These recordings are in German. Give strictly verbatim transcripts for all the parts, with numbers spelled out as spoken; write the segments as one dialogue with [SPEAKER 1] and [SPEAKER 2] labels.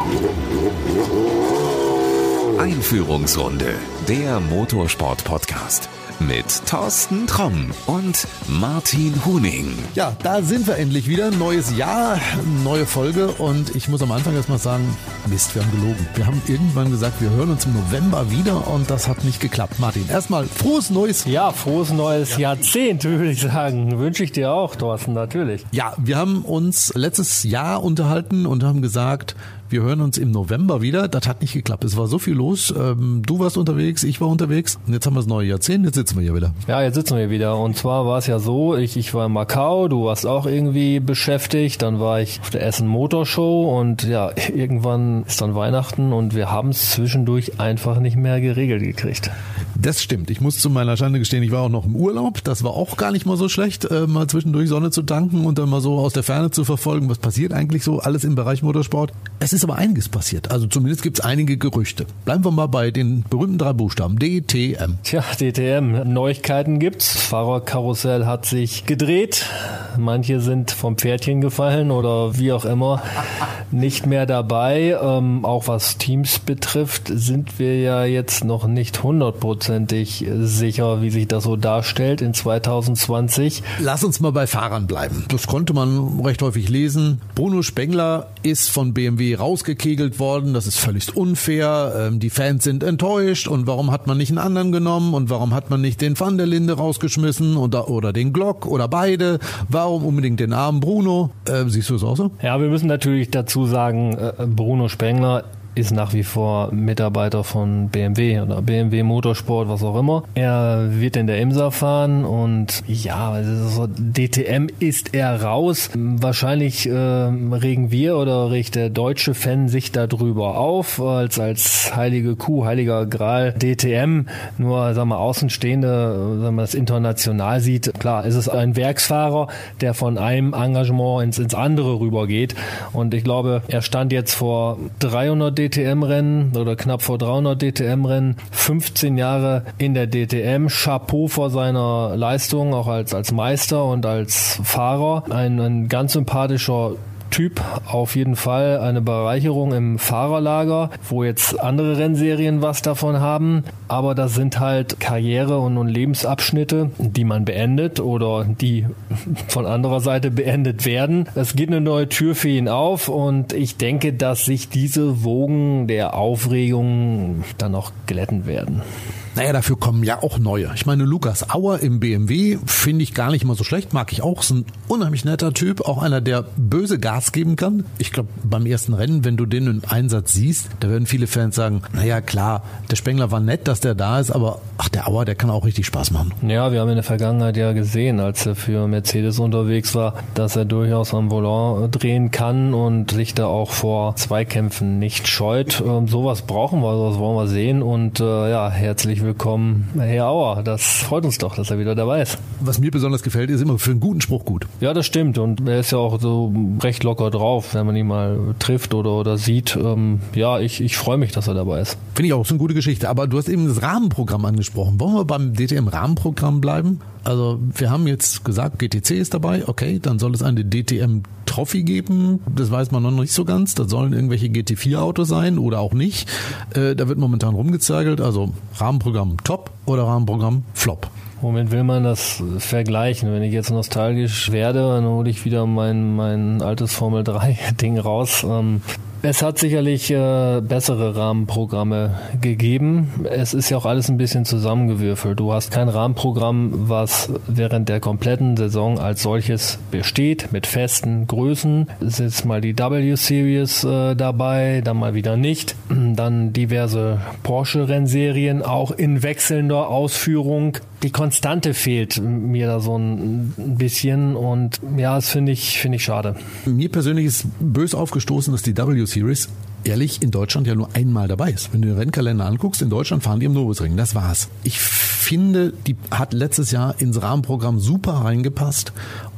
[SPEAKER 1] Einführungsrunde, der Motorsport-Podcast mit Thorsten Tromm und Martin Huning.
[SPEAKER 2] Ja, da sind wir endlich wieder. Neues Jahr, neue Folge und ich muss am Anfang erst mal sagen, Mist, wir haben gelogen. Wir haben irgendwann gesagt, wir hören uns im November wieder und das hat nicht geklappt. Martin, erstmal frohes neues
[SPEAKER 3] Ja, frohes neues ja. Jahrzehnt, würde ich sagen. Wünsche ich dir auch, Thorsten, natürlich.
[SPEAKER 2] Ja, wir haben uns letztes Jahr unterhalten und haben gesagt, wir hören uns im November wieder. Das hat nicht geklappt. Es war so viel los. Ähm, du warst unterwegs, ich war unterwegs. Und jetzt haben wir das neue Jahrzehnt. Jetzt sitzen wir hier wieder.
[SPEAKER 3] Ja, jetzt sitzen wir hier wieder. Und zwar war es ja so, ich, ich war in Macau, du warst auch irgendwie beschäftigt. Dann war ich auf der Essen Motor Show und ja, irgendwann ist dann Weihnachten und wir haben es zwischendurch einfach nicht mehr geregelt gekriegt.
[SPEAKER 2] Das stimmt. Ich muss zu meiner Schande gestehen, ich war auch noch im Urlaub. Das war auch gar nicht mal so schlecht, äh, mal zwischendurch Sonne zu tanken und dann mal so aus der Ferne zu verfolgen, was passiert eigentlich so alles im Bereich Motorsport. Es ist aber einiges passiert. Also zumindest gibt es einige Gerüchte. Bleiben wir mal bei den berühmten drei Buchstaben. D T M.
[SPEAKER 3] Tja, D T M. Neuigkeiten gibt's. Das Fahrerkarussell hat sich gedreht. Manche sind vom Pferdchen gefallen oder wie auch immer nicht mehr dabei. Ähm, auch was Teams betrifft, sind wir ja jetzt noch nicht hundertprozentig sicher, wie sich das so darstellt in zwanzig zwanzig.
[SPEAKER 2] Lass uns mal bei Fahrern bleiben. Das konnte man recht häufig lesen. Bruno Spengler ist von B M W rausgekegelt worden. Das ist völlig unfair. Die Fans sind enttäuscht. Und warum hat man nicht einen anderen genommen? Und warum hat man nicht den Van der Linde rausgeschmissen? Oder, oder den Glock oder beide? Warum unbedingt den armen Bruno? Äh, siehst du es auch so?
[SPEAKER 3] Ja, wir müssen natürlich dazu sagen, Bruno Spengler ist nach wie vor Mitarbeiter von B M W oder B M W Motorsport, was auch immer. Er wird in der IMSA fahren und ja, also D T M ist er raus. Wahrscheinlich äh, regen wir oder regt der deutsche Fan sich darüber auf, als als heilige Kuh, heiliger Gral D T M. Nur, sagen wir, Außenstehende, wenn man das international sieht, klar, ist es ein Werksfahrer, der von einem Engagement ins, ins andere rübergeht. Und ich glaube, er stand jetzt vor dreihundert D T M-Rennen oder knapp vor dreihundert D T M-Rennen, fünfzehn Jahre in der D T M, Chapeau vor seiner Leistung, auch als, als Meister und als Fahrer, ein, ein ganz sympathischer Typ, auf jeden Fall eine Bereicherung im Fahrerlager, wo jetzt andere Rennserien was davon haben, aber das sind halt Karriere- und, und Lebensabschnitte, die man beendet oder die von anderer Seite beendet werden. Es geht eine neue Tür für ihn auf und ich denke, dass sich diese Wogen der Aufregung dann auch glätten werden.
[SPEAKER 2] Naja, dafür kommen ja auch neue. Ich meine, Lukas Auer im B M W finde ich gar nicht mal so schlecht, mag ich auch. Ist ein unheimlich netter Typ, auch einer, der böse Gas geben kann. Ich glaube, beim ersten Rennen, wenn du den im Einsatz siehst, da werden viele Fans sagen, naja, klar, der Spengler war nett, dass der da ist, aber ach, der Auer, der kann auch richtig Spaß machen.
[SPEAKER 3] Ja, wir haben in der Vergangenheit ja gesehen, als er für Mercedes unterwegs war, dass er durchaus am Volant drehen kann und sich da auch vor Zweikämpfen nicht scheut. Ähm, sowas brauchen wir, sowas wollen wir sehen und äh, ja, herzlich willkommen, Herr Auer. Das freut uns doch, dass er wieder dabei ist.
[SPEAKER 2] Was mir besonders gefällt, ist immer für einen guten Spruch gut.
[SPEAKER 3] Ja, das stimmt und er ist ja auch so recht locker drauf, wenn man ihn mal trifft oder, oder sieht. Ähm, ja, ich, ich freue mich, dass er dabei ist.
[SPEAKER 2] Finde ich auch, so eine gute Geschichte. Aber du hast eben das Rahmenprogramm angesprochen. Wollen wir beim D T M-Rahmenprogramm bleiben? Also wir haben jetzt gesagt, G T C ist dabei, okay, dann soll es eine D T M-Trophy geben, das weiß man noch nicht so ganz, das sollen irgendwelche G T vier Autos sein oder auch nicht, äh, da wird momentan rumgezeigelt, also Rahmenprogramm top oder Rahmenprogramm flop.
[SPEAKER 3] Womit will man das vergleichen? Wenn ich jetzt nostalgisch werde, dann hole ich wieder mein, mein altes Formel drei Ding raus. Ähm, Es hat sicherlich äh, bessere Rahmenprogramme gegeben. Es ist ja auch alles ein bisschen zusammengewürfelt. Du hast kein Rahmenprogramm, was während der kompletten Saison als solches besteht, mit festen Größen. Es ist mal die W-Series äh, dabei, dann mal wieder nicht. Dann diverse Porsche-Rennserien, auch in wechselnder Ausführung. Die Konstante fehlt mir da so ein bisschen und ja, das finde ich, finde ich schade.
[SPEAKER 2] Mir persönlich ist bös aufgestoßen, dass die W-Series ehrlich in Deutschland ja nur einmal dabei ist. Wenn du den Rennkalender anguckst, in Deutschland fahren die im Nürburgring, das war's. Ich finde, die hat letztes Jahr ins Rahmenprogramm super reingepasst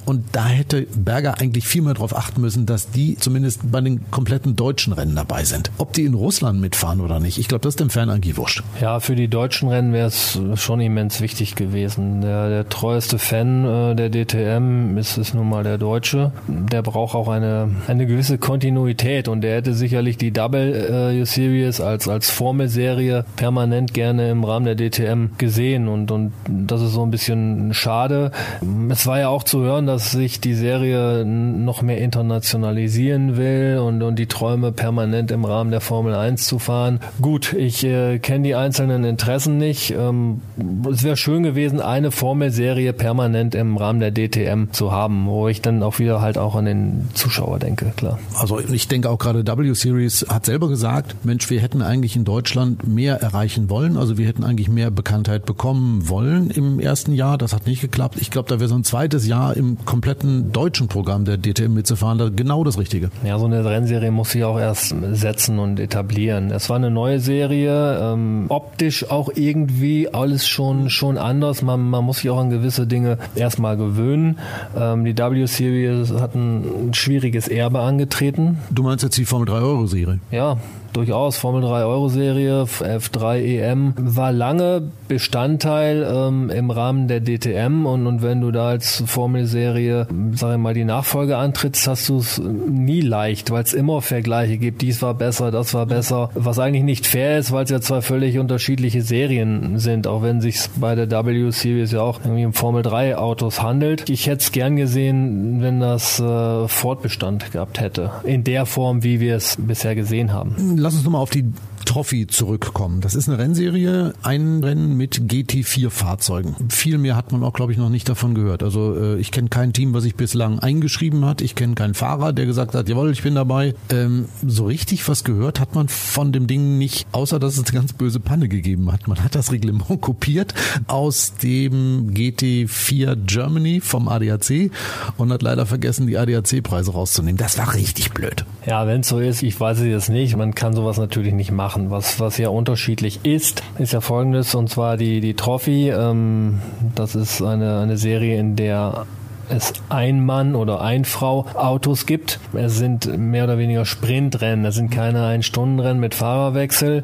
[SPEAKER 2] Und da hätte Berger eigentlich viel mehr darauf achten müssen, dass die zumindest bei den kompletten deutschen Rennen dabei sind. Ob die in Russland mitfahren oder nicht, ich glaube, das ist dem Fan eigentlich wurscht.
[SPEAKER 3] Ja, für die deutschen Rennen wäre es schon immens wichtig gewesen. Der, der treueste Fan äh, der D T M ist, ist nun mal der Deutsche. Der braucht auch eine, eine gewisse Kontinuität und der hätte sicherlich die W Series als, als Formelserie permanent gerne im Rahmen der D T M gesehen und, und das ist so ein bisschen schade. Es war ja auch zu hören, dass sich die Serie noch mehr internationalisieren will und, und die Träume permanent im Rahmen der Formel eins zu fahren. Gut, ich äh, kenne die einzelnen Interessen nicht. Ähm, es wäre schön gewesen, eine Formelserie permanent im Rahmen der D T M zu haben, wo ich dann auch wieder halt auch an den Zuschauer denke, klar.
[SPEAKER 2] Also ich denke auch gerade W Series hat selber gesagt, Mensch, wir hätten eigentlich in Deutschland mehr erreichen wollen, also wir hätten eigentlich mehr Bekanntheit bekommen wollen im ersten Jahr, das hat nicht geklappt. Ich glaube, da wäre so ein zweites Jahr im kompletten deutschen Programm der D T M mitzufahren, da genau das Richtige.
[SPEAKER 3] Ja, so eine Rennserie muss sich auch erst setzen und etablieren. Es war eine neue Serie, ähm, optisch auch irgendwie alles schon schon anders. Man, man muss sich auch an gewisse Dinge erstmal gewöhnen. Ähm, die W Series hat ein schwieriges Erbe angetreten.
[SPEAKER 2] Du meinst jetzt die Formel drei Euro Serie?
[SPEAKER 3] Ja, durchaus. Formel drei Euro Serie, F drei E M, war lange Bestandteil ähm, im Rahmen der D T M und, und wenn du da als Formelserie, sag ich mal, die Nachfolge antrittst, hast du es nie leicht, weil es immer Vergleiche gibt. Dies war besser, das war besser, was eigentlich nicht fair ist, weil es ja zwei völlig unterschiedliche Serien sind, auch wenn sich bei der W Series ja auch irgendwie um Formel drei Autos handelt. Ich hätte es gern gesehen, wenn das äh, Fortbestand gehabt hätte, in der Form, wie wir es bisher gesehen haben.
[SPEAKER 2] Lass uns nochmal auf die Trophy zurückkommen. Das ist eine Rennserie, ein Rennen mit G T vier Fahrzeugen. Viel mehr hat man auch, glaube ich, noch nicht davon gehört. Also äh, ich kenne kein Team, was sich bislang eingeschrieben hat. Ich kenne keinen Fahrer, der gesagt hat, jawohl, ich bin dabei. Ähm, so richtig was gehört hat man von dem Ding nicht, außer dass es eine ganz böse Panne gegeben hat. Man hat das Reglement kopiert aus dem G T vier Germany vom A D A C und hat leider vergessen, die A D A C-Preise rauszunehmen. Das war richtig blöd.
[SPEAKER 3] Ja, wenn es so ist, ich weiß es jetzt nicht. Man kann sowas natürlich nicht machen. Was, was ja unterschiedlich ist, ist ja folgendes, und zwar die, die Trophy. Ähm, das ist eine, eine Serie, in der es Ein-Mann- oder Ein-Frau-Autos gibt. Es sind mehr oder weniger Sprintrennen. Es sind keine Ein-Stunden-Rennen mit Fahrerwechsel,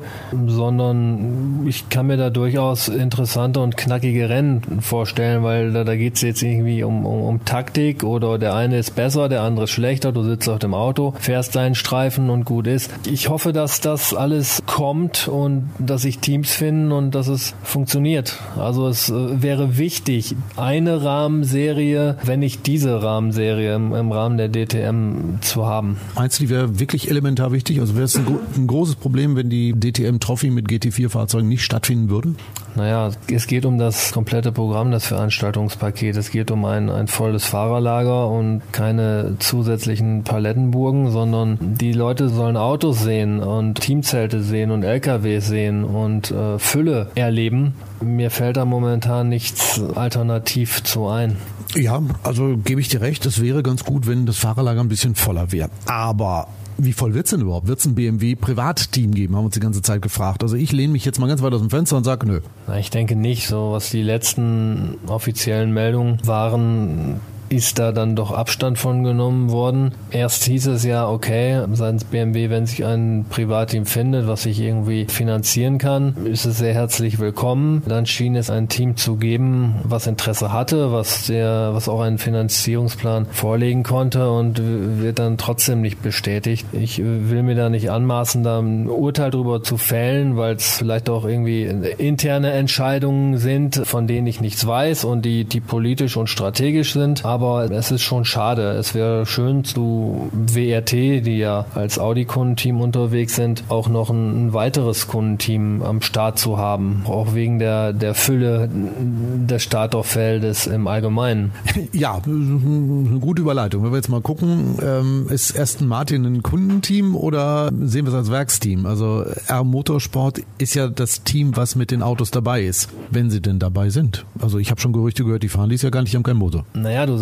[SPEAKER 3] sondern ich kann mir da durchaus interessante und knackige Rennen vorstellen, weil da, da geht es jetzt irgendwie um, um, um Taktik oder der eine ist besser, der andere ist schlechter. Du sitzt auf dem Auto, fährst deinen Streifen und gut ist. Ich hoffe, dass das alles kommt und dass sich Teams finden und dass es funktioniert. Also es äh, wäre wichtig, eine Rahmenserie, wenn nicht diese Rahmenserie im, im Rahmen der D T M zu haben.
[SPEAKER 2] Meinst du, die wäre wirklich elementar wichtig? Also wäre es ein, ein großes Problem, wenn die D T M-Trophy mit G T vier Fahrzeugen nicht stattfinden würde?
[SPEAKER 3] Naja, es geht um das komplette Programm, das Veranstaltungspaket. Es geht um ein, ein volles Fahrerlager und keine zusätzlichen Palettenburgen, sondern die Leute sollen Autos sehen und Teamzelte sehen und L K Ws sehen und äh, Fülle erleben. Mir fällt da momentan nichts alternativ zu ein.
[SPEAKER 2] Ja, also gebe ich dir recht, es wäre ganz gut, wenn das Fahrerlager ein bisschen voller wäre. Aber wie voll wird's denn überhaupt? Wird's ein B M W-Privatteam geben? Haben wir uns die ganze Zeit gefragt. Also ich lehne mich jetzt mal ganz weit aus dem Fenster und sage, nö.
[SPEAKER 3] Na, ich denke nicht. So was die letzten offiziellen Meldungen waren, ist da dann doch Abstand von genommen worden. Erst hieß es ja, okay, seitens B M W, wenn sich ein Privatteam findet, was sich irgendwie finanzieren kann, ist es sehr herzlich willkommen. Dann schien es ein Team zu geben, was Interesse hatte, was der, was auch einen Finanzierungsplan vorlegen konnte und wird dann trotzdem nicht bestätigt. Ich will mir da nicht anmaßen, da ein Urteil drüber zu fällen, weil es vielleicht auch irgendwie interne Entscheidungen sind, von denen ich nichts weiß und die, die politisch und strategisch sind. Aber es ist schon schade. Es wäre schön, zu W R T, die ja als Audi-Kundenteam unterwegs sind, auch noch ein, ein weiteres Kundenteam am Start zu haben. Auch wegen der, der Fülle des Starterfeldes im Allgemeinen.
[SPEAKER 2] Ja, eine gute Überleitung. Wenn wir jetzt mal gucken, ist Aston Martin ein Kundenteam oder sehen wir es als Werksteam? Also R Motorsport ist ja das Team, was mit den Autos dabei ist, wenn sie denn dabei sind. Also ich habe schon Gerüchte gehört, die fahren dies ja gar nicht, die haben keinen Motor.
[SPEAKER 3] Naja, du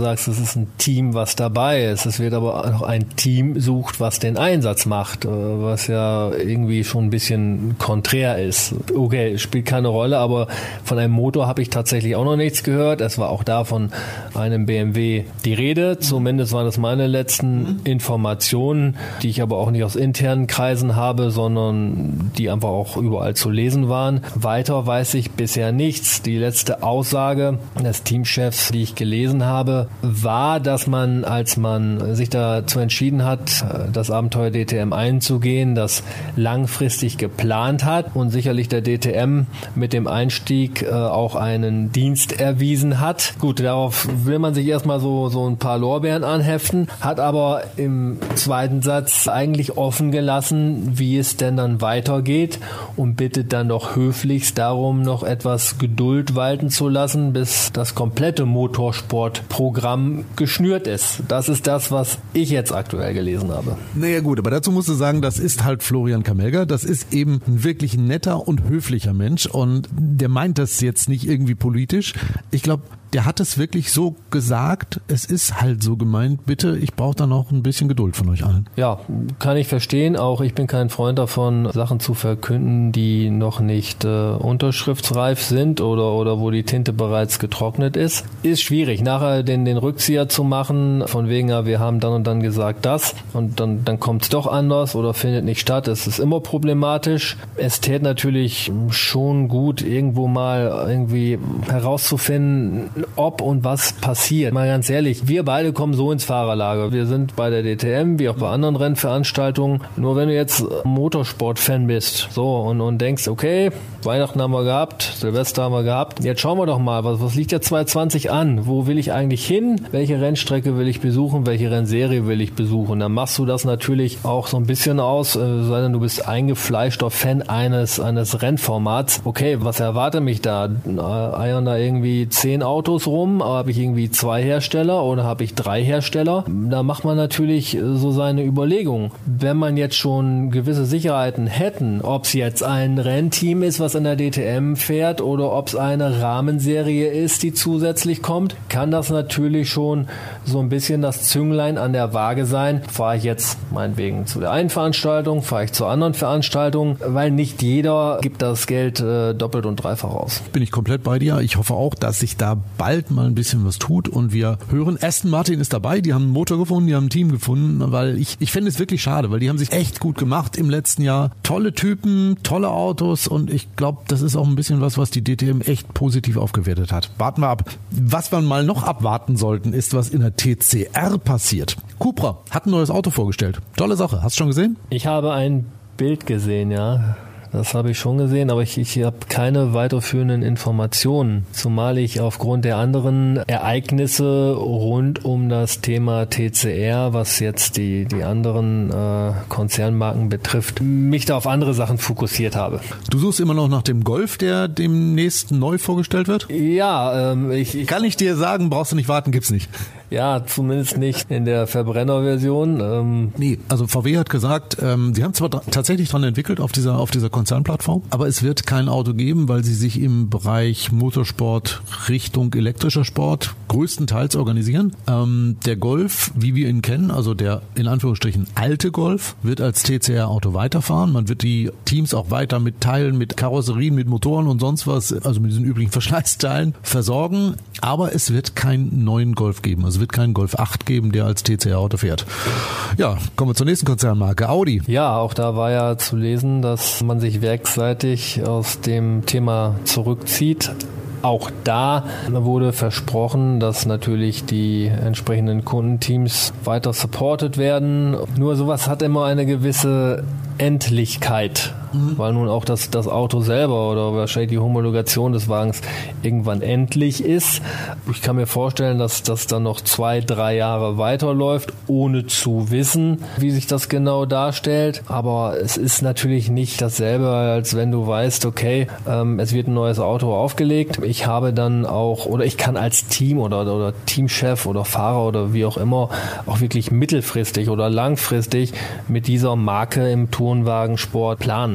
[SPEAKER 3] sagst, es ist ein Team, was dabei ist. Es wird aber auch ein Team sucht, was den Einsatz macht, was ja irgendwie schon ein bisschen konträr ist. Okay, spielt keine Rolle, aber von einem Motor habe ich tatsächlich auch noch nichts gehört. Es war auch da von einem B M W die Rede. Zumindest waren das meine letzten Informationen, die ich aber auch nicht aus internen Kreisen habe, sondern die einfach auch überall zu lesen waren. Weiter weiß ich bisher nichts. Die letzte Aussage des Teamchefs, die ich gelesen habe, war, dass man, als man sich dazu entschieden hat, das Abenteuer D T M einzugehen, das langfristig geplant hat und sicherlich der D T M mit dem Einstieg äh, auch einen Dienst erwiesen hat. Gut, darauf will man sich erstmal so, so ein paar Lorbeeren anheften, hat aber im zweiten Satz eigentlich offen gelassen, wie es denn dann weitergeht und bittet dann doch höflichst darum, noch etwas Geduld walten zu lassen, bis das komplette Motorsportprogramm geschnürt ist. Das ist das, was ich jetzt aktuell gelesen habe.
[SPEAKER 2] Naja gut, aber dazu musst du sagen, das ist halt Florian Kamelga, das ist eben ein wirklich netter und höflicher Mensch und der meint das jetzt nicht irgendwie politisch. Ich glaube, der hat es wirklich so gesagt, es ist halt so gemeint, bitte, ich brauche da noch ein bisschen Geduld von euch allen.
[SPEAKER 3] Ja, kann ich verstehen. Auch ich bin kein Freund davon, Sachen zu verkünden, die noch nicht äh, unterschriftsreif sind oder, oder wo die Tinte bereits getrocknet ist. Ist schwierig, nachher den, den Rückzieher zu machen, von wegen, ja, wir haben dann und dann gesagt das und dann, dann kommt es doch anders oder findet nicht statt. Es ist immer problematisch. Es täte natürlich schon gut, irgendwo mal irgendwie herauszufinden, ob und was passiert. Mal ganz ehrlich, wir beide kommen so ins Fahrerlager. Wir sind bei der D T M, wie auch bei anderen Rennveranstaltungen. Nur wenn du jetzt Motorsport-Fan bist, so, und, und denkst, okay, Weihnachten haben wir gehabt, Silvester haben wir gehabt, jetzt schauen wir doch mal, was, was liegt jetzt zwanzig zwanzig an? Wo will ich eigentlich hin? Welche Rennstrecke will ich besuchen? Welche Rennserie will ich besuchen? Dann machst du das natürlich auch so ein bisschen aus, äh, sei denn du bist eingefleischter Fan eines, eines Rennformats. Okay, was erwartet mich da? Eiern da irgendwie zehn Autos rum, habe ich irgendwie zwei Hersteller oder habe ich drei Hersteller? Da macht man natürlich so seine Überlegungen. Wenn man jetzt schon gewisse Sicherheiten hätten, ob es jetzt ein Rennteam ist, was in der D T M fährt oder ob es eine Rahmenserie ist, die zusätzlich kommt, kann das natürlich schon so ein bisschen das Zünglein an der Waage sein. Fahre ich jetzt meinetwegen zu der einen Veranstaltung, fahre ich zur anderen Veranstaltung, weil nicht jeder gibt das Geld äh, doppelt und dreifach aus.
[SPEAKER 2] Bin ich komplett bei dir. Ich hoffe auch, dass sich da bald mal ein bisschen was tut und wir hören, Aston Martin ist dabei, die haben einen Motor gefunden, die haben ein Team gefunden, weil ich, ich finde es wirklich schade, weil die haben sich echt gut gemacht im letzten Jahr. Tolle Typen, tolle Autos und ich glaube, das ist auch ein bisschen was, was die D T M echt positiv aufgewertet hat. Warten wir ab. Was wir mal noch abwarten sollten, ist, was in der T C R passiert. Cupra hat ein neues Auto vorgestellt. Tolle Sache. Hast du schon gesehen?
[SPEAKER 3] Ich habe ein Bild gesehen, ja. Das habe ich schon gesehen, aber ich, ich habe keine weiterführenden Informationen, zumal ich aufgrund der anderen Ereignisse rund um das Thema T C R, was jetzt die, die anderen äh, Konzernmarken betrifft, mich da auf andere Sachen fokussiert habe.
[SPEAKER 2] Du suchst immer noch nach dem Golf, der demnächst neu vorgestellt wird?
[SPEAKER 3] Ja, ähm, ich, ich...
[SPEAKER 2] Kann ich dir sagen, brauchst du nicht warten, gibt's nicht.
[SPEAKER 3] Ja, zumindest nicht in der Verbrennerversion. Ähm.
[SPEAKER 2] Nee, also V W hat gesagt, ähm, sie haben zwar dra- tatsächlich dran entwickelt auf dieser auf dieser Konzernplattform, aber es wird kein Auto geben, weil sie sich im Bereich Motorsport Richtung elektrischer Sport größtenteils organisieren. Ähm, der Golf, wie wir ihn kennen, also der in Anführungsstrichen alte Golf, wird als T C R-Auto weiterfahren. Man wird die Teams auch weiter mit Teilen, mit Karosserien, mit Motoren und sonst was, also mit diesen üblichen Verschleißteilen versorgen. Aber es wird keinen neuen Golf geben. Also es wird keinen Golf acht geben, der als T C R-Auto fährt. Ja, kommen wir zur nächsten Konzernmarke, Audi.
[SPEAKER 3] Ja, auch da war ja zu lesen, dass man sich werksseitig aus dem Thema zurückzieht. Auch da wurde versprochen, dass natürlich die entsprechenden Kundenteams weiter supported werden. Nur sowas hat immer eine gewisse Endlichkeit, mhm. weil nun auch das, das Auto selber oder wahrscheinlich die Homologation des Wagens irgendwann endlich ist. Ich kann mir vorstellen, dass das dann noch zwei, drei Jahre weiterläuft, ohne zu wissen, wie sich das genau darstellt. Aber es ist natürlich nicht dasselbe, als wenn du weißt, okay, ähm, es wird ein neues Auto aufgelegt. Ich habe dann auch, oder ich kann als Team oder, oder Teamchef oder Fahrer oder wie auch immer auch wirklich mittelfristig oder langfristig mit dieser Marke im Tourenwagensport planen.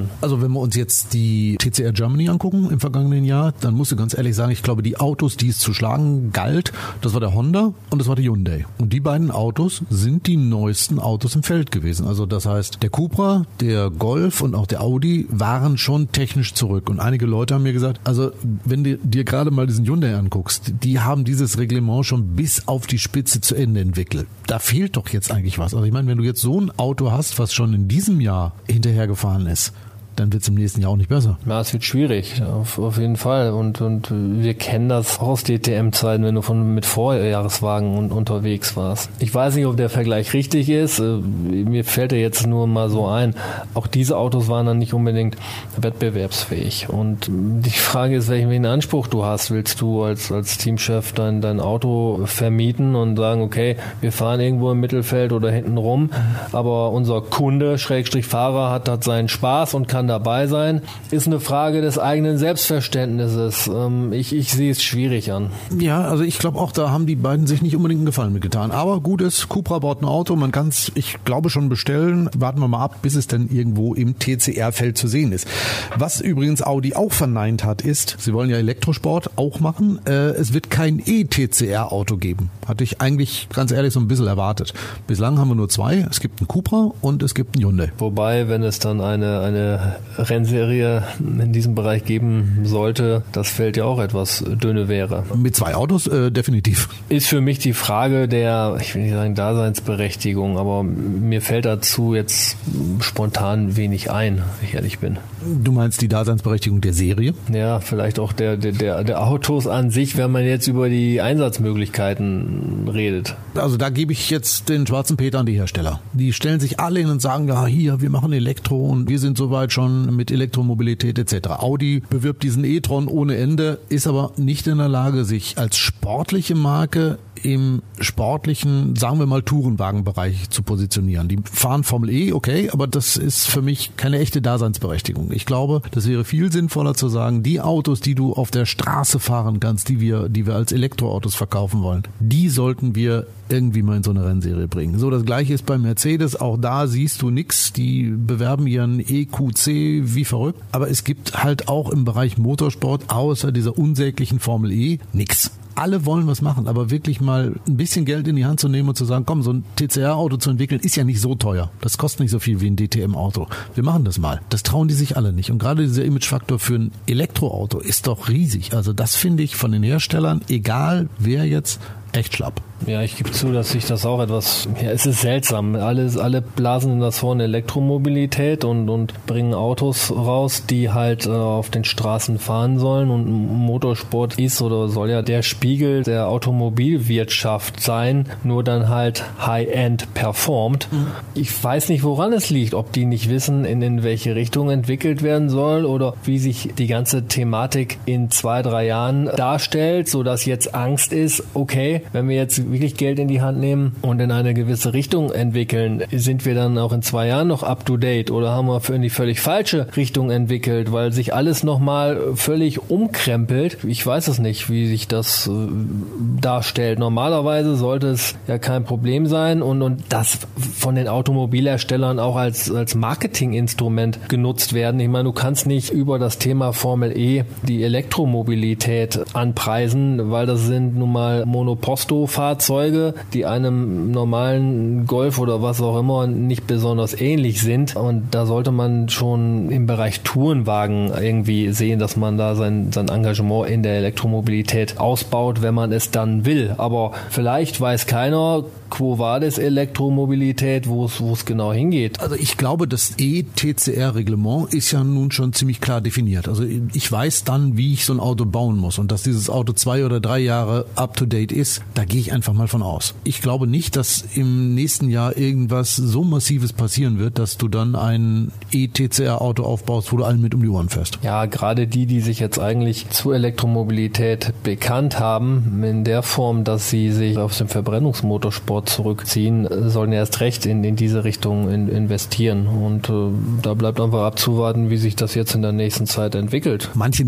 [SPEAKER 2] Also wenn wir uns jetzt die T C R Germany angucken im vergangenen Jahr, dann musst du ganz ehrlich sagen, ich glaube, die Autos, die es zu schlagen galt, das war der Honda und das war der Hyundai. Und die beiden Autos sind die neuesten Autos im Feld gewesen. Also das heißt, der Cupra, der Golf und auch der Audi waren schon technisch zurück. Und einige Leute haben mir gesagt, also wenn du dir gerade mal diesen Hyundai anguckst, die haben dieses Reglement schon bis auf die Spitze zu Ende entwickelt. Da fehlt doch jetzt eigentlich was. Also ich meine, wenn du jetzt so ein Auto hast, was schon in diesem Jahr hinterhergefahren ist, dann wird es im nächsten Jahr auch nicht besser.
[SPEAKER 3] Ja, es wird schwierig, auf, auf jeden Fall. Und, und wir kennen das auch aus D T M-Zeiten, wenn du von mit Vorjahreswagen un, unterwegs warst. Ich weiß nicht, ob der Vergleich richtig ist. Mir fällt er jetzt nur mal so ein. Auch diese Autos waren dann nicht unbedingt wettbewerbsfähig. Und die Frage ist, welchen Anspruch du hast. Willst du als, als Teamchef dein, dein Auto vermieten und sagen, okay, wir fahren irgendwo im Mittelfeld oder hinten rum, aber unser Kunde, Schrägstrich Fahrer, hat, hat seinen Spaß und kann dabei sein, ist eine Frage des eigenen Selbstverständnisses. Ich, ich sehe es schwierig an.
[SPEAKER 2] Ja, also ich glaube auch, da haben die beiden sich nicht unbedingt einen Gefallen mitgetan. Aber gut ist, Cupra baut ein Auto, man kann es, ich glaube, schon bestellen. Warten wir mal ab, bis es dann irgendwo im T C R-Feld zu sehen ist. Was übrigens Audi auch verneint hat, ist, sie wollen ja Elektrosport auch machen, äh, es wird kein E-T C R-Auto geben. Hatte ich eigentlich ganz ehrlich so ein bisschen erwartet. Bislang haben wir nur zwei. Es gibt einen Cupra und es gibt einen Hyundai.
[SPEAKER 3] Wobei, wenn es dann eine, eine Rennserie in diesem Bereich geben sollte, das Feld ja auch etwas dünne wäre.
[SPEAKER 2] Mit zwei Autos äh, definitiv.
[SPEAKER 3] Ist für mich die Frage der, ich will nicht sagen Daseinsberechtigung, aber mir fällt dazu jetzt spontan wenig ein, wenn ich ehrlich bin.
[SPEAKER 2] Du meinst die Daseinsberechtigung der Serie?
[SPEAKER 3] Ja, vielleicht auch der, der, der Autos an sich, wenn man jetzt über die Einsatzmöglichkeiten redet.
[SPEAKER 2] Also da gebe ich jetzt den schwarzen Peter an die Hersteller. Die stellen sich alle hin und sagen, ja hier, wir machen Elektro und wir sind soweit schon mit Elektromobilität et cetera. Audi bewirbt diesen e-tron ohne Ende, ist aber nicht in der Lage, sich als sportliche Marke im sportlichen, sagen wir mal, Tourenwagenbereich zu positionieren. Die fahren Formel E, okay, aber das ist für mich keine echte Daseinsberechtigung. Ich glaube, das wäre viel sinnvoller zu sagen, die Autos, die du auf der Straße fahren kannst, die wir, die wir als Elektroautos verkaufen wollen, die sollten wir irgendwie mal in so eine Rennserie bringen. So, das Gleiche ist bei Mercedes. Auch da siehst du nix. Die bewerben ihren E Q C wie verrückt. Aber es gibt halt auch im Bereich Motorsport außer dieser unsäglichen Formel E nix. Alle wollen was machen, aber wirklich mal ein bisschen Geld in die Hand zu nehmen und zu sagen, komm, so ein T C R-Auto zu entwickeln, ist ja nicht so teuer. Das kostet nicht so viel wie ein D T M-Auto. Wir machen das mal. Das trauen die sich alle nicht. Und gerade dieser Imagefaktor für ein Elektroauto ist doch riesig. Also das finde ich von den Herstellern, egal wer jetzt, echt schlapp.
[SPEAKER 3] Ja, ich gebe zu, dass ich das auch etwas, ja, es ist seltsam. Alle, alle blasen in das vorne Elektromobilität und, und bringen Autos raus, die halt äh, auf den Straßen fahren sollen, und Motorsport ist oder soll ja der Spiegel der Automobilwirtschaft sein, nur dann halt High-End performt. Mhm. Ich weiß nicht, woran es liegt, ob die nicht wissen, in, in welche Richtung entwickelt werden soll oder wie sich die ganze Thematik in zwei, drei Jahren darstellt, sodass jetzt Angst ist, okay, wenn wir jetzt wirklich Geld in die Hand nehmen und in eine gewisse Richtung entwickeln, sind wir dann auch in zwei Jahren noch up to date oder haben wir in die völlig falsche Richtung entwickelt, weil sich alles nochmal völlig umkrempelt. Ich weiß es nicht, wie sich das äh, darstellt. Normalerweise sollte es ja kein Problem sein und, und das von den Automobilherstellern auch als, als Marketinginstrument genutzt werden. Ich meine, du kannst nicht über das Thema Formel E die Elektromobilität anpreisen, weil das sind nun mal Monoposto-Fahrzeuge, die einem normalen Golf oder was auch immer nicht besonders ähnlich sind. Und da sollte man schon im Bereich Tourenwagen irgendwie sehen, dass man da sein, sein Engagement in der Elektromobilität ausbaut, wenn man es dann will. Aber vielleicht weiß keiner, quo vadis Elektromobilität, wo es, wo es genau hingeht.
[SPEAKER 2] Also ich glaube, das E T C R-Reglement ist ja nun schon ziemlich klar definiert. Also ich weiß dann, wie ich so ein Auto bauen muss, und dass dieses Auto zwei oder drei Jahre up-to-date ist, da gehe ich einfach mal von aus. Ich glaube nicht, dass im nächsten Jahr irgendwas so Massives passieren wird, dass du dann ein E T C R-Auto aufbaust, wo du allen mit um die Ohren fährst.
[SPEAKER 3] Ja, gerade die, die sich jetzt eigentlich zur Elektromobilität bekannt haben, in der Form, dass sie sich auf den Verbrennungsmotorsport zurückziehen, sollen erst recht in, in diese Richtung in, investieren. Und äh, da bleibt einfach abzuwarten, wie sich das jetzt in der nächsten Zeit entwickelt.
[SPEAKER 2] Manche nehmen dieses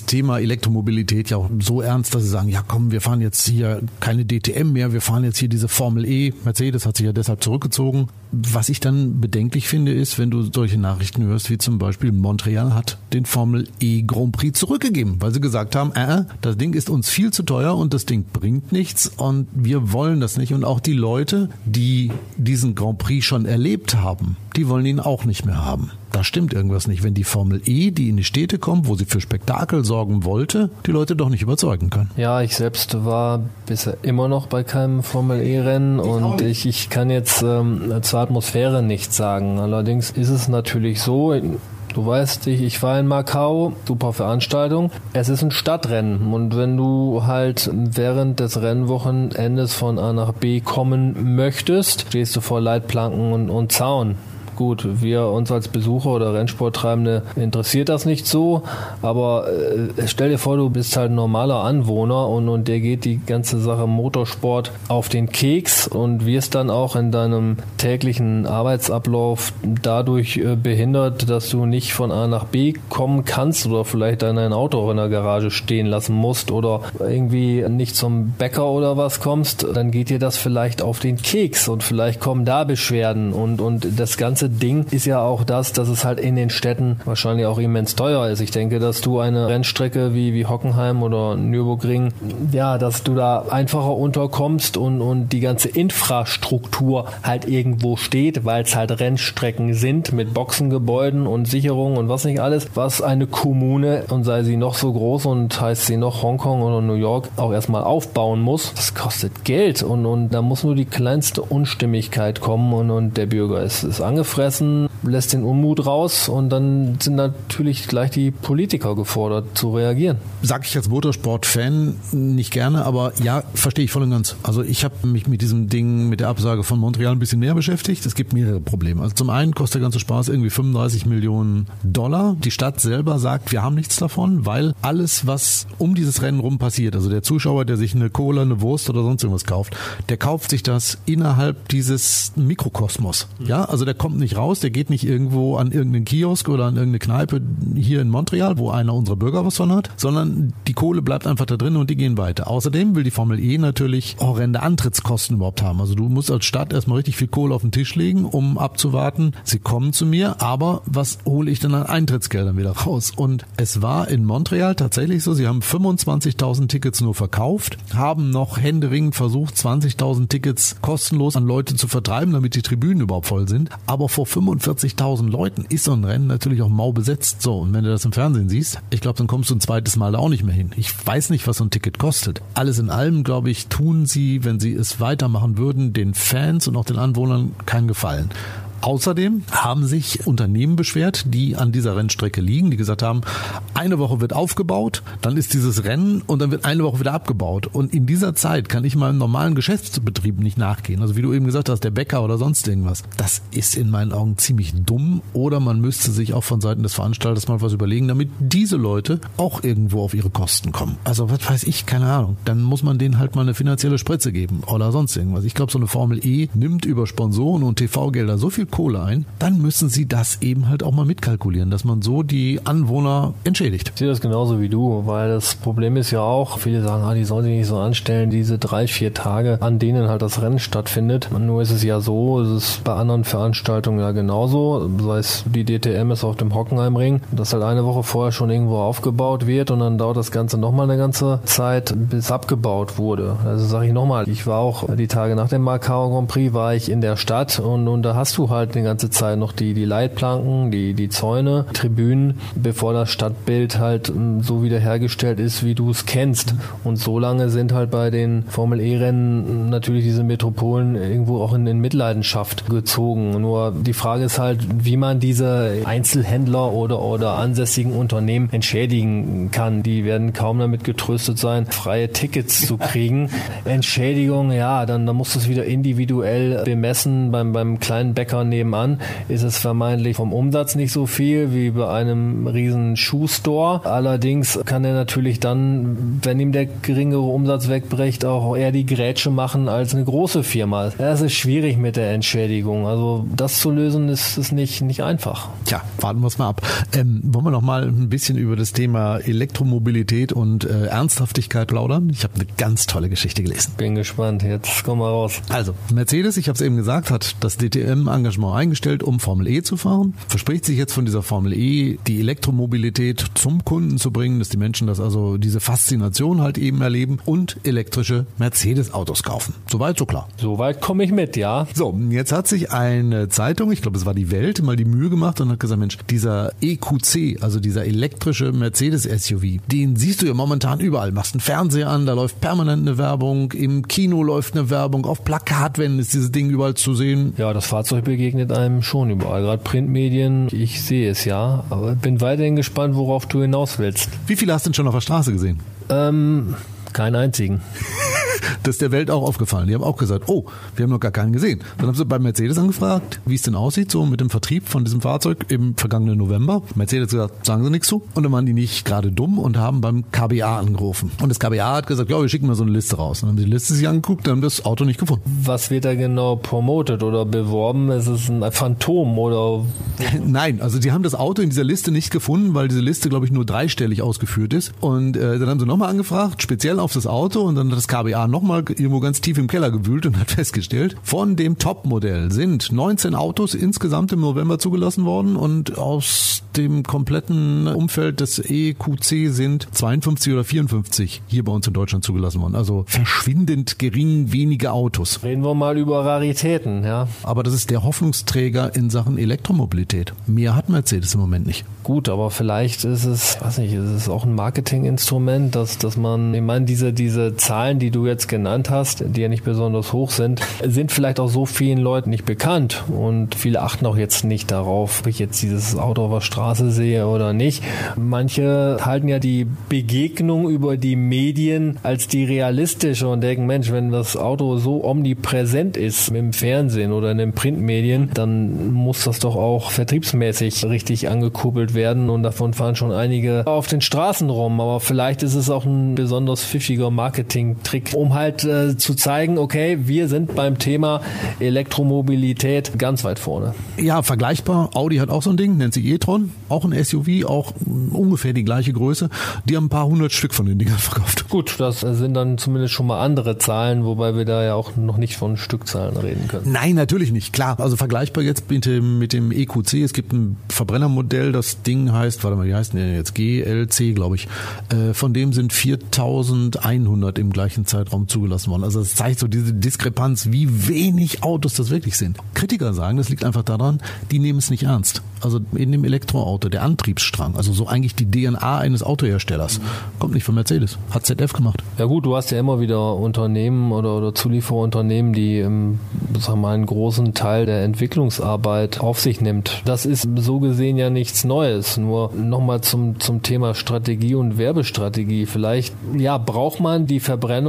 [SPEAKER 2] Thema Elektromobilität ja auch so ernst, dass sie sagen, ja komm, wir fahren jetzt hier keine D T M mehr, wir fahren jetzt hier diese Formel E. Mercedes hat sich ja deshalb zurückgezogen. Was ich dann bedenklich finde, ist, wenn du solche Nachrichten hörst, wie zum Beispiel Montreal hat den Formel E Grand Prix zurückgegeben, weil sie gesagt haben, äh, das Ding ist uns viel zu teuer und das Ding bringt nichts und wir wollen das nicht. Und auch die Leute, die diesen Grand Prix schon erlebt haben, die wollen ihn auch nicht mehr haben. Da stimmt irgendwas nicht, wenn die Formel E, die in die Städte kommt, wo sie für Spektakel sorgen wollte, die Leute doch nicht überzeugen können.
[SPEAKER 3] Ja, ich selbst war bisher immer noch bei keinem Formel E-Rennen und ich, ich kann jetzt ähm, zur Atmosphäre nichts sagen. Allerdings ist es natürlich so, du weißt, ich, ich war in Macau, super Veranstaltung. Es ist ein Stadtrennen und wenn du halt während des Rennwochenendes von A nach B kommen möchtest, stehst du vor Leitplanken und, und Zaun. Gut, wir uns als Besucher oder Rennsporttreibende interessiert das nicht so, aber äh, stell dir vor, du bist halt ein normaler Anwohner und, und der geht die ganze Sache Motorsport auf den Keks und wirst dann auch in deinem täglichen Arbeitsablauf dadurch äh, behindert, dass du nicht von A nach B kommen kannst oder vielleicht dann ein Auto auch in der Garage stehen lassen musst oder irgendwie nicht zum Bäcker oder was kommst, dann geht dir das vielleicht auf den Keks und vielleicht kommen da Beschwerden und, und das ganze Ding ist ja auch das, dass es halt in den Städten wahrscheinlich auch immens teuer ist. Ich denke, dass du eine Rennstrecke wie, wie Hockenheim oder Nürburgring, ja, dass du da einfacher unterkommst und, und die ganze Infrastruktur halt irgendwo steht, weil es halt Rennstrecken sind mit Boxengebäuden und Sicherungen und was nicht alles, was eine Kommune, und sei sie noch so groß und heißt sie noch Hongkong oder New York, auch erstmal aufbauen muss. Das kostet Geld und, und da muss nur die kleinste Unstimmigkeit kommen und, und der Bürger ist, ist angefressen, lässt den Unmut raus und dann sind natürlich gleich die Politiker gefordert zu reagieren.
[SPEAKER 2] Sag ich als Motorsport-Fan nicht gerne, aber ja, verstehe ich voll und ganz. Also ich habe mich mit diesem Ding, mit der Absage von Montreal ein bisschen näher beschäftigt. Es gibt mehrere Probleme. Also zum einen kostet der ganze Spaß irgendwie fünfunddreißig Millionen Dollar. Die Stadt selber sagt, wir haben nichts davon, weil alles, was um dieses Rennen rum passiert, also der Zuschauer, der sich eine Cola, eine Wurst oder sonst irgendwas kauft, der kauft sich das innerhalb dieses Mikrokosmos. Ja, also der kommt nicht raus, der geht nicht irgendwo an irgendeinen Kiosk oder an irgendeine Kneipe hier in Montreal, wo einer unserer Bürger was von hat, sondern die Kohle bleibt einfach da drin und die gehen weiter. Außerdem will die Formel E natürlich horrende Antrittskosten überhaupt haben. Also du musst als Stadt erstmal richtig viel Kohle auf den Tisch legen, um abzuwarten, sie kommen zu mir, aber was hole ich denn an Eintrittsgeldern wieder raus? Und es war in Montreal tatsächlich so, sie haben fünfundzwanzigtausend Tickets nur verkauft, haben noch händeringend versucht, zwanzigtausend Tickets kostenlos an Leute zu vertreiben, damit die Tribünen überhaupt voll sind. Aber vor fünfundvierzigtausend Leuten ist so ein Rennen natürlich auch mau besetzt. So, und wenn du das im Fernsehen siehst, ich glaube, dann kommst du ein zweites Mal da auch nicht mehr hin. Ich weiß nicht, was so ein Ticket kostet. Alles in allem, glaube ich, tun sie, wenn sie es weitermachen würden, den Fans und auch den Anwohnern keinen Gefallen. Außerdem haben sich Unternehmen beschwert, die an dieser Rennstrecke liegen, die gesagt haben, eine Woche wird aufgebaut, dann ist dieses Rennen und dann wird eine Woche wieder abgebaut. Und in dieser Zeit kann ich meinem normalen Geschäftsbetrieb nicht nachgehen. Also wie du eben gesagt hast, der Bäcker oder sonst irgendwas. Das ist in meinen Augen ziemlich dumm. Oder man müsste sich auch von Seiten des Veranstalters mal was überlegen, damit diese Leute auch irgendwo auf ihre Kosten kommen. Also was weiß ich, keine Ahnung. Dann muss man denen halt mal eine finanzielle Spritze geben oder sonst irgendwas. Ich glaube, so eine Formel E nimmt über Sponsoren und T V-Gelder so viel Kohle ein, dann müssen sie das eben halt auch mal mitkalkulieren, dass man so die Anwohner entschädigt.
[SPEAKER 3] Ich sehe das genauso wie du, weil das Problem ist ja auch, viele sagen, ah, die sollen sich nicht so anstellen, diese drei, vier Tage, an denen halt das Rennen stattfindet. Und nur ist es ja so, es ist bei anderen Veranstaltungen ja genauso, sei es die D T M ist auf dem Hockenheimring, dass halt eine Woche vorher schon irgendwo aufgebaut wird und dann dauert das Ganze nochmal eine ganze Zeit, bis abgebaut wurde. Also sage ich nochmal, ich war auch die Tage nach dem Macau Grand Prix, war ich in der Stadt und, und da hast du halt die ganze Zeit noch die, die Leitplanken, die, die Zäune, Tribünen, bevor das Stadtbild halt so wiederhergestellt ist, wie du es kennst. Und so lange sind halt bei den Formel-E-Rennen natürlich diese Metropolen irgendwo auch in, in Mitleidenschaft gezogen. Nur die Frage ist halt, wie man diese Einzelhändler oder, oder ansässigen Unternehmen entschädigen kann. Die werden kaum damit getröstet sein, freie Tickets zu kriegen. Entschädigung, ja, dann, dann musst du es wieder individuell bemessen. Beim, beim kleinen Bäcker von nebenan ist es vermeintlich vom Umsatz nicht so viel wie bei einem riesen Schuhstore. Allerdings kann er natürlich dann, wenn ihm der geringere Umsatz wegbricht, auch eher die Grätsche machen als eine große Firma. Das ist schwierig mit der Entschädigung. Also das zu lösen ist, ist nicht, nicht einfach.
[SPEAKER 2] Tja, warten wir es mal ab. Ähm, wollen wir noch mal ein bisschen über das Thema Elektromobilität und äh, Ernsthaftigkeit plaudern? Ich habe eine ganz tolle Geschichte gelesen.
[SPEAKER 3] Bin gespannt. Jetzt kommen wir raus.
[SPEAKER 2] Also, Mercedes, ich habe es eben gesagt, hat das D T M-Engagement eingestellt, um Formel E zu fahren. Verspricht sich jetzt von dieser Formel E, die Elektromobilität zum Kunden zu bringen, dass die Menschen das also diese Faszination halt eben erleben und elektrische Mercedes-Autos kaufen. Soweit, so klar.
[SPEAKER 3] Soweit komme ich mit, ja.
[SPEAKER 2] So, jetzt hat sich eine Zeitung, ich glaube es war die Welt, mal die Mühe gemacht und hat gesagt, Mensch, dieser E Q C, also dieser elektrische Mercedes-S U V, den siehst du ja momentan überall. Machst einen Fernseher an, da läuft permanent eine Werbung, im Kino läuft eine Werbung, auf Plakatwänden ist dieses Ding überall zu sehen.
[SPEAKER 3] Ja, das Fahrzeug begegnet einem schon überall, gerade Printmedien, ich sehe es ja, aber bin weiterhin gespannt, worauf du hinaus willst.
[SPEAKER 2] Wie viele hast du denn schon auf der Straße gesehen?
[SPEAKER 3] Ähm, keinen einzigen.
[SPEAKER 2] Das ist der Welt auch aufgefallen. Die haben auch gesagt, oh, wir haben noch gar keinen gesehen. Dann haben sie bei Mercedes angefragt, wie es denn aussieht, so mit dem Vertrieb von diesem Fahrzeug im vergangenen November. Mercedes hat gesagt, sagen sie nichts zu. Und dann waren die nicht gerade dumm und haben beim K B A angerufen. Und das K B A hat gesagt, ja, wir schicken mal so eine Liste raus. Dann haben sie die Liste sich angeguckt, dann haben das Auto nicht gefunden.
[SPEAKER 3] Was wird da genau promotet oder beworben? Ist es ein Phantom oder?
[SPEAKER 2] Nein, also die haben das Auto in dieser Liste nicht gefunden, weil diese Liste, glaube ich, nur dreistellig ausgeführt ist. Und äh, dann haben sie nochmal angefragt, speziell auf das Auto, und dann hat das K B A nochmal irgendwo ganz tief im Keller gewühlt und hat festgestellt, von dem Topmodell sind neunzehn Autos insgesamt im November zugelassen worden und aus dem kompletten Umfeld des E Q C sind zweiundfünfzig oder vierundfünfzig hier bei uns in Deutschland zugelassen worden. Also verschwindend gering wenige Autos.
[SPEAKER 3] Reden wir mal über Raritäten, ja.
[SPEAKER 2] Aber das ist der Hoffnungsträger in Sachen Elektromobilität. Mehr hat Mercedes im Moment nicht.
[SPEAKER 3] Gut, aber vielleicht ist es, weiß nicht, ist es auch ein Marketinginstrument, dass, dass man, ich meine, diese, diese Zahlen, die du jetzt genannt hast, die ja nicht besonders hoch sind, sind vielleicht auch so vielen Leuten nicht bekannt und viele achten auch jetzt nicht darauf, ob ich jetzt dieses Auto auf der Straße sehe oder nicht. Manche halten ja die Begegnung über die Medien als die realistische und denken, Mensch, wenn das Auto so omnipräsent ist im Fernsehen oder in den Printmedien, dann muss das doch auch vertriebsmäßig richtig angekurbelt werden und davon fahren schon einige auf den Straßen rum, aber vielleicht ist es auch ein besonders pfiffiger Marketing-Trick, um halt äh, zu zeigen, okay, wir sind beim Thema Elektromobilität ganz weit vorne.
[SPEAKER 2] Ja, vergleichbar. Audi hat auch so ein Ding, nennt sich e-tron, auch ein S U V, auch ungefähr die gleiche Größe. Die haben ein paar hundert Stück von den Dingern verkauft.
[SPEAKER 3] Gut, das sind dann zumindest schon mal andere Zahlen, wobei wir da ja auch noch nicht von Stückzahlen reden können.
[SPEAKER 2] Nein, natürlich nicht, klar. Also vergleichbar jetzt mit dem, mit dem E Q C. Es gibt ein Verbrennermodell, das Ding heißt, warte mal, wie heißt denn jetzt? G L C, glaube ich. Äh, von dem sind viertausendeinhundert im gleichen Zeitraum zugelassen worden. Also das zeigt so diese Diskrepanz, wie wenig Autos das wirklich sind. Kritiker sagen, das liegt einfach daran, die nehmen es nicht ernst. Also in dem Elektroauto, der Antriebsstrang, also so eigentlich die D N A eines Autoherstellers, kommt nicht von Mercedes, hat Z F gemacht.
[SPEAKER 3] Ja gut, du hast ja immer wieder Unternehmen oder, oder Zulieferunternehmen, die ähm, sagen wir mal, einen großen Teil der Entwicklungsarbeit auf sich nimmt. Das ist so gesehen ja nichts Neues. Nur nochmal zum, zum Thema Strategie und Werbestrategie. Vielleicht ja, braucht man die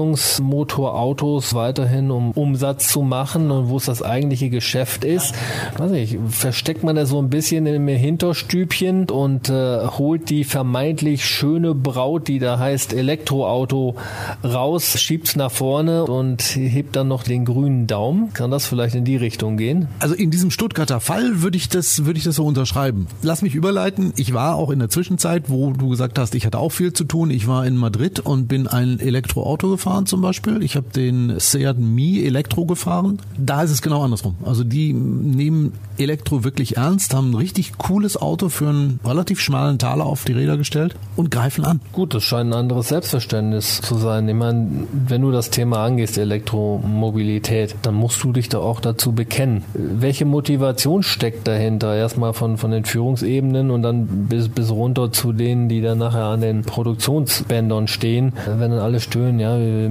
[SPEAKER 3] Verbrennungsmotorautos weiterhin, um Umsatz zu machen, und wo es das eigentliche Geschäft ist. Weiß nicht, versteckt man da so ein bisschen im Hinterstübchen und äh, holt die vermeintlich schöne Braut, die da heißt Elektroauto, raus, schiebt's nach vorne und hebt dann noch den grünen Daumen. Kann das vielleicht in die Richtung gehen?
[SPEAKER 2] Also in diesem Stuttgarter Fall würde ich das, würde ich das so unterschreiben. Lass mich überleiten. Ich war auch in der Zwischenzeit, wo du gesagt hast, ich hatte auch viel zu tun. Ich war in Madrid und bin ein Elektroauto gefahren zum Beispiel. Ich habe den Seat Mii Elektro gefahren. Da ist es genau andersrum. Also die nehmen Elektro wirklich ernst, haben ein richtig cooles Auto für einen relativ schmalen Taler auf die Räder gestellt und greifen an.
[SPEAKER 3] Gut, das scheint ein anderes Selbstverständnis zu sein. Ich meine, wenn du das Thema angehst, Elektromobilität, dann musst du dich da auch dazu bekennen. Welche Motivation steckt dahinter? Erstmal von, von den Führungsebenen und dann bis, bis runter zu denen, die dann nachher an den Produktionsbändern stehen. Wenn dann alle stöhnen, ja, wir müssen es halt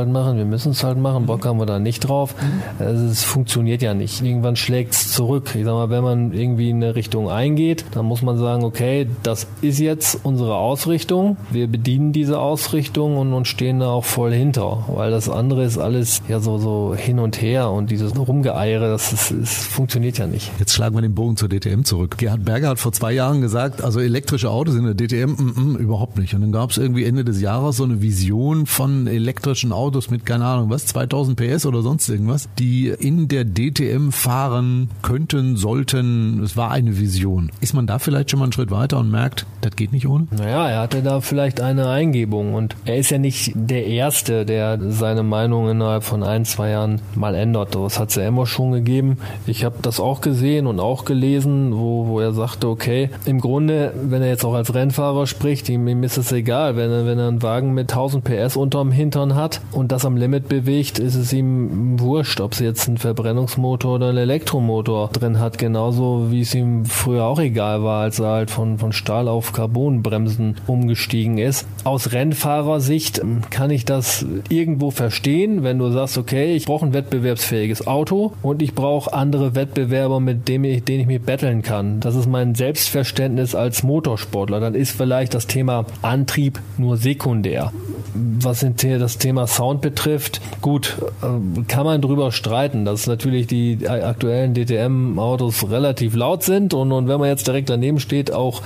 [SPEAKER 3] halt machen, wir müssen es halt machen, Bock haben wir da nicht drauf. Also es funktioniert ja nicht. Irgendwann schlägt es zurück. Ich sag mal, wenn man irgendwie in eine Richtung eingeht, dann muss man sagen, okay, das ist jetzt unsere Ausrichtung. Wir bedienen diese Ausrichtung und, und stehen da auch voll hinter. Weil das andere ist alles ja so, so hin und her und dieses Rumgeeiere, das, ist, das funktioniert ja nicht.
[SPEAKER 2] Jetzt schlagen wir den Bogen zur D T M zurück. Gerhard Berger hat vor zwei Jahren gesagt, also elektrische Autos in der D T M, mm, mm, überhaupt nicht. Und dann gab es irgendwie Ende des Jahres so eine Vision von elektrischen Autos mit, keine Ahnung, was, zweitausend P S oder sonst irgendwas, die in der D T M fahren könnten, sollten. Es war eine Vision. Ist man da vielleicht schon mal einen Schritt weiter und merkt, das geht nicht ohne?
[SPEAKER 3] Naja, er hatte da vielleicht eine Eingebung und er ist ja nicht der Erste, der seine Meinung innerhalb von ein, zwei Jahren mal ändert. Das hat es ja immer schon gegeben. Ich habe das auch gesehen und auch gelesen, wo, wo er sagte, okay, im Grunde, wenn er jetzt auch als Rennfahrer spricht, ihm, ihm ist es egal, wenn er, wenn er einen Wagen mit tausend P S unterm Hintern hat und das am Limit bewegt, ist es ihm wurscht, ob es jetzt einen Verbrennungsmotor oder einen Elektromotor drin hat, genauso wie es ihm früher auch egal war, als er halt von, von Stahl auf Carbonbremsen umgestiegen ist. Aus Rennfahrersicht kann ich das irgendwo verstehen, wenn du sagst, okay, ich brauche ein wettbewerbsfähiges Auto und ich brauche andere Wettbewerber, mit denen ich, denen ich mich betteln kann. Das ist mein Selbstverständnis als Motorsportler. Dann ist vielleicht das Thema Antrieb nur sekundär. Was das Thema Sound betrifft, gut, kann man drüber streiten, dass natürlich die aktuellen D T M-Autos relativ laut sind und, und wenn man jetzt direkt daneben steht, auch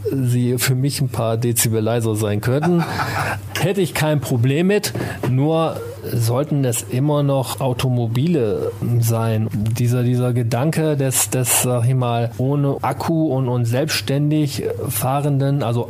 [SPEAKER 3] sie für mich ein paar Dezibel leiser sein könnten. Hätte ich kein Problem mit, nur sollten es immer noch Automobile sein. Dieser, dieser Gedanke des, des, sag ich mal, ohne Akku und, und selbstständig fahrenden, also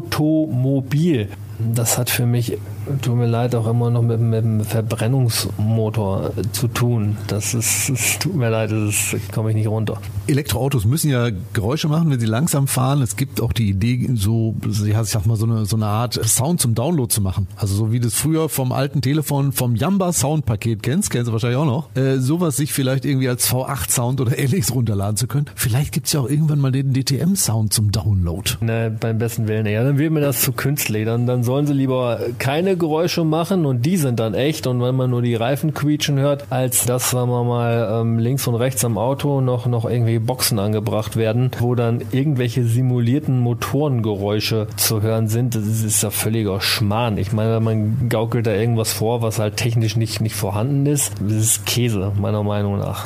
[SPEAKER 3] Automobil, das hat für mich, tut mir leid, auch immer noch mit, mit dem Verbrennungsmotor zu tun. Das ist, es tut mir leid, das komme ich nicht runter.
[SPEAKER 2] Elektroautos müssen ja Geräusche machen, wenn sie langsam fahren. Es gibt auch die Idee, so, ja, ich sag mal, so eine, so eine Art Sound zum Download zu machen. Also so wie du es früher vom alten Telefon, vom Jamba Soundpaket kennst, kennst du wahrscheinlich auch noch, äh, sowas sich vielleicht irgendwie als V acht Sound oder ähnliches runterladen zu können. Vielleicht gibt es ja auch irgendwann mal den D T M Sound zum Download.
[SPEAKER 3] Ne, beim besten Willen, ja, dann wird mir das zu künstlich. Dann, dann sollen sie lieber keine Geräusche machen und die sind dann echt und wenn man nur die Reifen quietschen hört, als dass, sagen wir mal, ähm, links und rechts am Auto noch, noch irgendwie Boxen angebracht werden, wo dann irgendwelche simulierten Motorengeräusche zu hören sind. Das ist, ist ja völliger Schmarrn. Ich meine, man gaukelt da irgendwas vor, was halt technisch nicht, nicht vorhanden ist. Das ist Käse, meiner Meinung nach.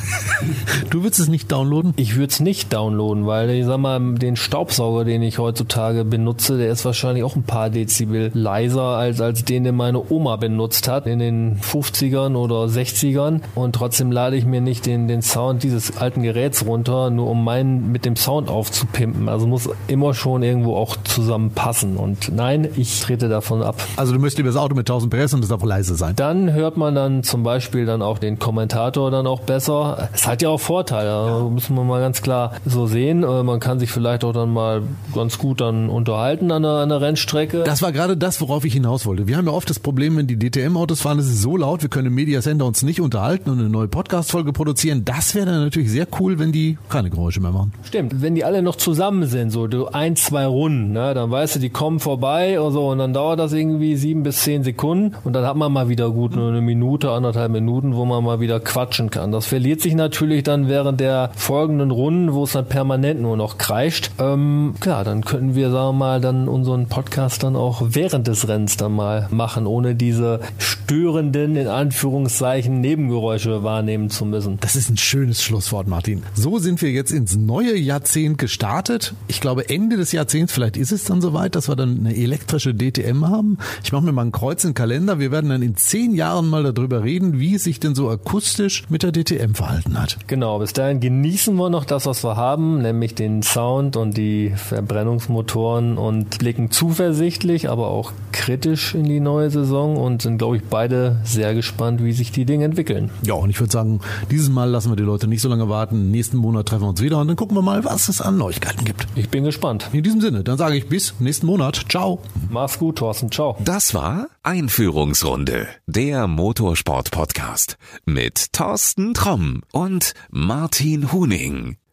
[SPEAKER 2] Du würdest es nicht downloaden?
[SPEAKER 3] Ich würde es nicht downloaden, weil ich sag mal, den Staubsauger, den ich heutzutage benutze, der ist wahrscheinlich auch ein paar Dezibel leiser als, als den, den meine Oma benutzt hat in den fünfzigern oder sechzigern und trotzdem lade ich mir nicht den, den Sound dieses alten Geräts runter, nur um meinen mit dem Sound aufzupimpen. Also muss immer schon irgendwo auch zusammenpassen und nein, ich trete davon ab.
[SPEAKER 2] Also du möchtest lieber das Auto mit tausend P S und es darf leise sein?
[SPEAKER 3] Dann hört man dann zum Beispiel dann auch den Kommentator dann auch besser. Es hat ja auch Vorteile, ja. Müssen wir mal ganz klar so sehen. Man kann sich vielleicht auch dann mal ganz gut dann unterhalten an der, an der Rennstrecke.
[SPEAKER 2] Das war gerade das, worauf ich hinaus wollte. Wir haben ja oft das Problem, wenn die D T M-Autos fahren, es ist so laut, wir können im Media Center uns nicht unterhalten und eine neue Podcast-Folge produzieren. Das wäre dann natürlich sehr cool, wenn die keine Geräusche mehr machen.
[SPEAKER 3] Stimmt, wenn die alle noch zusammen sind, so du ein, zwei Runden, ne, dann weißt du, die kommen vorbei und so und dann dauert das irgendwie sieben bis zehn Sekunden und dann hat man mal wieder gut nur eine Minute, anderthalb Minuten, wo man mal wieder quatschen kann. Das verliert sich natürlich dann während der folgenden Runden, wo es dann permanent nur noch kreischt. Ähm, klar, dann könnten wir, sagen wir mal, dann unseren Podcast dann auch während des Rennens dann mal machen, ohne diese störenden, in Anführungszeichen, Nebengeräusche wahrnehmen zu müssen.
[SPEAKER 2] Das ist ein schönes Schlusswort, Martin. So sind wir jetzt ins neue Jahrzehnt gestartet. Ich glaube, Ende des Jahrzehnts, vielleicht ist es dann soweit, dass wir dann eine elektrische D T M haben. Ich mache mir mal ein Kreuz in den Kalender. Wir werden dann in zehn Jahren mal darüber reden, wie es sich denn so akustisch mit der D T M verhalten hat.
[SPEAKER 3] Genau, bis dahin genießen wir noch das, was wir haben, nämlich den Sound und die Verbrennungsmotoren und blicken zuversichtlich, aber auch kritisch in die neue Saison und sind, glaube ich, beide sehr gespannt, wie sich die Dinge entwickeln.
[SPEAKER 2] Ja, und ich würde sagen, dieses Mal lassen wir die Leute nicht so lange warten. Nächsten Monat treffen wir uns wieder und dann gucken wir mal, was es an Neuigkeiten gibt.
[SPEAKER 3] Ich bin gespannt.
[SPEAKER 2] In diesem Sinne, dann sage ich bis nächsten Monat. Ciao.
[SPEAKER 3] Mach's gut, Thorsten. Ciao.
[SPEAKER 1] Das war Einführungsrunde, der Motorsport-Podcast mit Thorsten Tromm und Martin Huning.